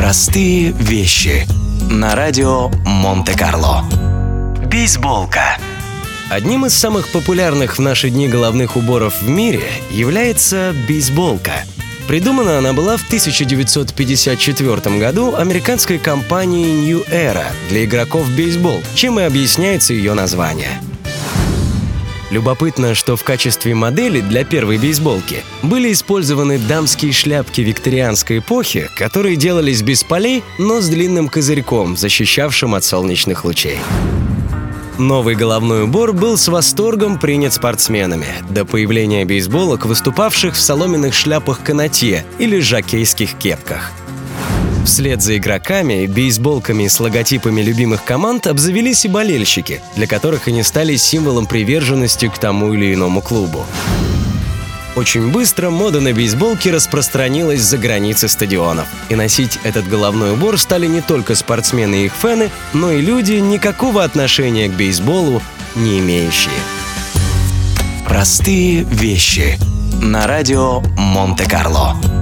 Простые вещи. На радио Монте-Карло. Бейсболка. Одним из самых популярных в наши дни головных уборов в мире является бейсболка. Придумана она была в 1954 году американской компанией New Era для игроков в бейсбол, чем и объясняется ее название. Любопытно, что в качестве модели для первой бейсболки были использованы дамские шляпки викторианской эпохи, которые делались без полей, но с длинным козырьком, защищавшим от солнечных лучей. Новый головной убор был с восторгом принят спортсменами до появления бейсболок, выступавших в соломенных шляпах канатье или жокейских кепках. Вслед за игроками бейсболками с логотипами любимых команд обзавелись и болельщики, для которых они стали символом приверженности к тому или иному клубу. Очень быстро мода на бейсболки распространилась за границы стадионов, и носить этот головной убор стали не только спортсмены и их фэны, но и люди, никакого отношения к бейсболу не имеющие. Простые вещи. На радио Монте-Карло.